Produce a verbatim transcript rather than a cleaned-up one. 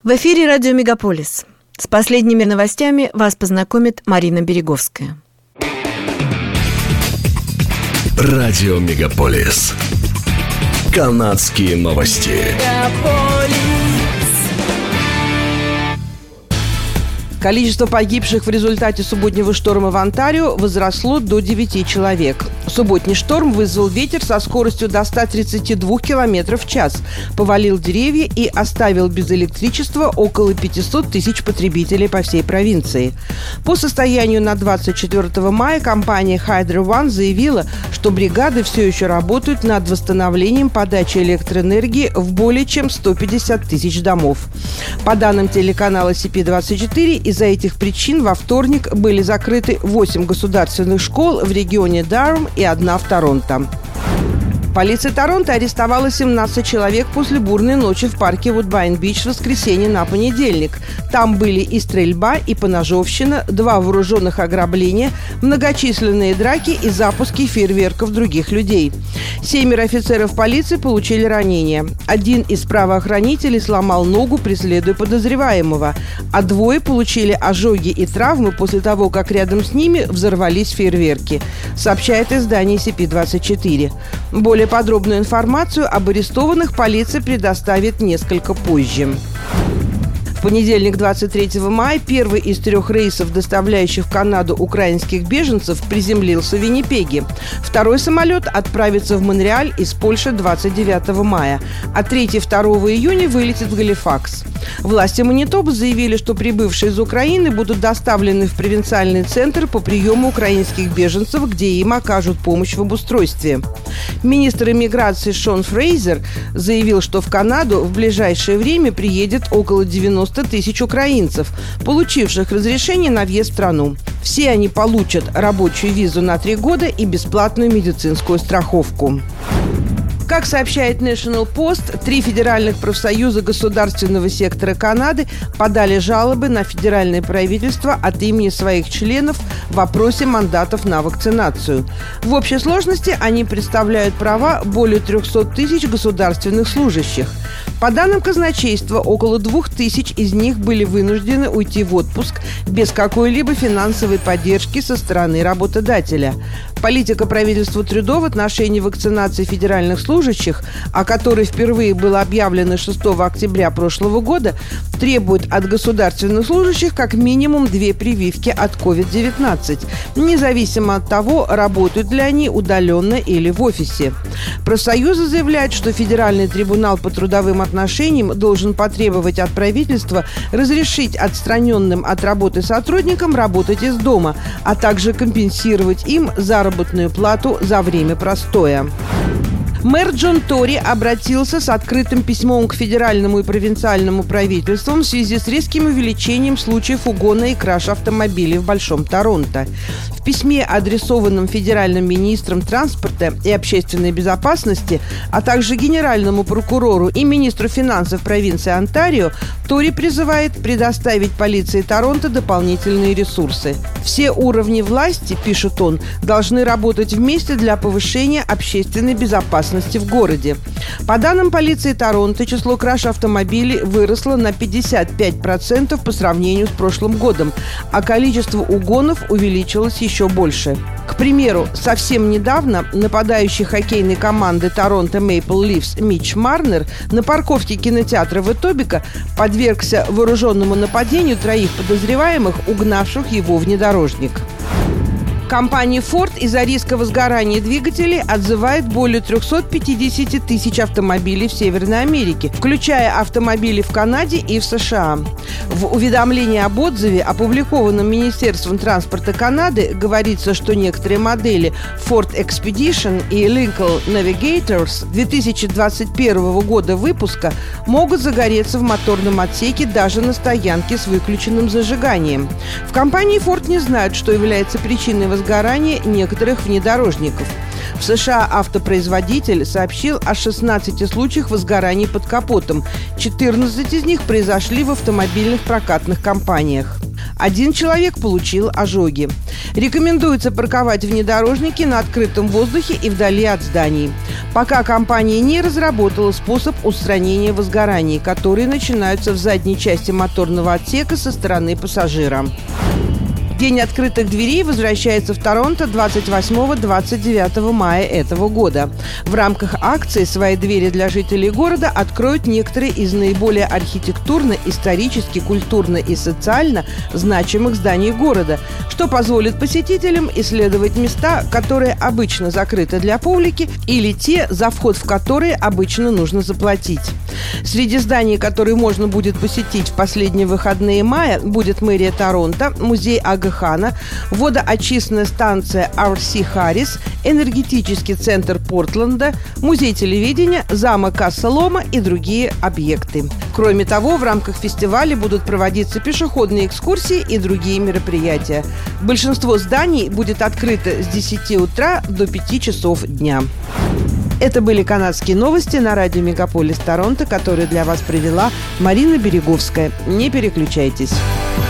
В эфире радио «Мегаполис». С последними новостями вас познакомит Марина Береговская. Радио «Мегаполис». Канадские новости. Количество погибших в результате субботнего шторма в Онтарио возросло до девяти человек. Субботний шторм вызвал ветер со скоростью до ста тридцати двух километров в час, повалил деревья и оставил без электричества около пятисот тысяч потребителей по всей провинции. По состоянию на двадцать четвёртого мая компания Hydro One заявила, что бригады все еще работают над восстановлением подачи электроэнергии в более чем сто пятьдесят тысяч домов. По данным телеканала си пи двадцать четыре, из-за этих причин во вторник были закрыты восемь государственных школ в регионе Даррам и одна в Торонто. Полиция Торонто арестовала семнадцать человек после бурной ночи в парке Вудбайн-Бич в воскресенье на понедельник. Там были и стрельба, и поножовщина, два вооруженных ограбления, многочисленные драки и запуски фейерверков других людей. Семеро офицеров полиции получили ранения. Один из правоохранителей сломал ногу, преследуя подозреваемого, а двое получили ожоги и травмы после того, как рядом с ними взорвались фейерверки, сообщает издание си пи двадцать четыре. Более подробную информацию об арестованных полиция предоставит несколько позже. В понедельник, двадцать третьего мая, первый из трех рейсов, доставляющих в Канаду украинских беженцев, приземлился в Виннипеге. Второй самолет отправится в Монреаль из Польши двадцать девятого мая, а третий второго июня вылетит в Галифакс. Власти Манитобы заявили, что прибывшие из Украины будут доставлены в провинциальный центр по приему украинских беженцев, где им окажут помощь в обустройстве. Министр иммиграции Шон Фрейзер заявил, что в Канаду в ближайшее время приедет около девяноста тысяч украинцев, получивших разрешение на въезд в страну. Все они получат рабочую визу на три года и бесплатную медицинскую страховку. Как сообщает National Post, три федеральных профсоюза государственного сектора Канады подали жалобы на федеральное правительство от имени своих членов в вопросе мандатов на вакцинацию. В общей сложности они представляют права более трехсот тысяч государственных служащих. По данным казначейства, около двух тысяч из них были вынуждены уйти в отпуск без какой-либо финансовой поддержки со стороны работодателя. Политика правительства Трюдо в отношении вакцинации федеральных служащих, о которой впервые было объявлено шестого октября прошлого года, требует от государственных служащих как минимум две прививки от ковид девятнадцать, независимо от того, работают ли они удаленно или в офисе. Профсоюзы заявляют, что Федеральный трибунал по трудовым отношениям должен потребовать от правительства разрешить отстраненным от работы сотрудникам работать из дома, а также компенсировать им заработную плату за время простоя. Мэр Джон Тори обратился с открытым письмом к федеральному и провинциальному правительствам в связи с резким увеличением случаев угона и краша автомобилей в Большом Торонто. В письме, адресованном федеральным министрам транспорта и общественной безопасности, а также генеральному прокурору и министру финансов провинции Онтарио, Тори призывает предоставить полиции Торонто дополнительные ресурсы. Все уровни власти, пишет он, должны работать вместе для повышения общественной безопасности в городе. По данным полиции Торонто, число краж автомобилей выросло на пятьдесят пять процентов по сравнению с прошлым годом, а количество угонов увеличилось еще больше. К примеру, совсем недавно нападающий хоккейной команды Торонто Мейпл Ливс Митч Марнер на парковке кинотеатра в Этобико подвергся вооруженному нападению троих подозреваемых, угнавших его внедорожник. Компания Ford из-за риска возгорания двигателей отзывает более трехсот пятидесяти тысяч автомобилей в Северной Америке, включая автомобили в Канаде и в США. В уведомлении об отзыве, опубликованном Министерством транспорта Канады, говорится, что некоторые модели Ford Expedition и Lincoln Navigators две тысячи двадцать первого года выпуска могут загореться в моторном отсеке даже на стоянке с выключенным зажиганием. В компании Ford не знают, что является причиной возгорания сгорания некоторых внедорожников. В США автопроизводитель сообщил о шестнадцати случаях возгораний под капотом. четырнадцать из них произошли в автомобильных прокатных компаниях. Один человек получил ожоги. Рекомендуется парковать внедорожники на открытом воздухе и вдали от зданий. Пока компания не разработала способ устранения возгораний, которые начинаются в задней части моторного отсека со стороны пассажира. День открытых дверей возвращается в Торонто двадцать восьмого — двадцать девятого мая этого года. В рамках акции «Свои двери для жителей города» откроют некоторые из наиболее архитектурно, исторически, культурно и социально значимых зданий города, что позволит посетителям исследовать места, которые обычно закрыты для публики, или те, за вход в которые обычно нужно заплатить. Среди зданий, которые можно будет посетить в последние выходные мая, будет мэрия Торонто, музей Ага Хана, водоочистная станция ар си Харрис, энергетический центр Портленда, музей телевидения, замок Касса-Лома и другие объекты. Кроме того, в рамках фестиваля будут проводиться пешеходные экскурсии и другие мероприятия. Большинство зданий будет открыто с десяти утра до пяти часов дня. Это были канадские новости на радио Мегаполис Торонто, которые для вас провела Марина Береговская. Не переключайтесь.